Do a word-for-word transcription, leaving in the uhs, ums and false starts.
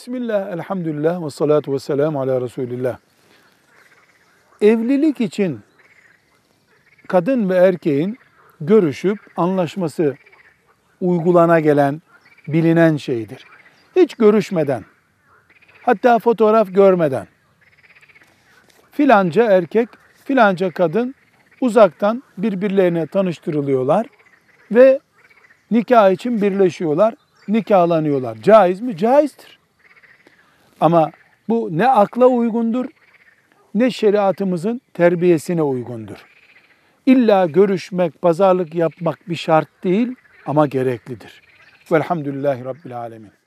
Bismillah, elhamdülillah ve salatu ve selamu ala Resulillah. Evlilik için kadın ve erkeğin görüşüp anlaşması uygulana gelen, bilinen şeydir. Hiç görüşmeden, hatta fotoğraf görmeden filanca erkek, filanca kadın uzaktan birbirlerine tanıştırılıyorlar ve nikah için birleşiyorlar, nikahlanıyorlar. Caiz mi? Caizdir. Ama bu ne akla uygundur, ne şeriatımızın terbiyesine uygundur. İlla görüşmek, pazarlık yapmak bir şart değil ama gereklidir. Velhamdülillahi Rabbil Alemin.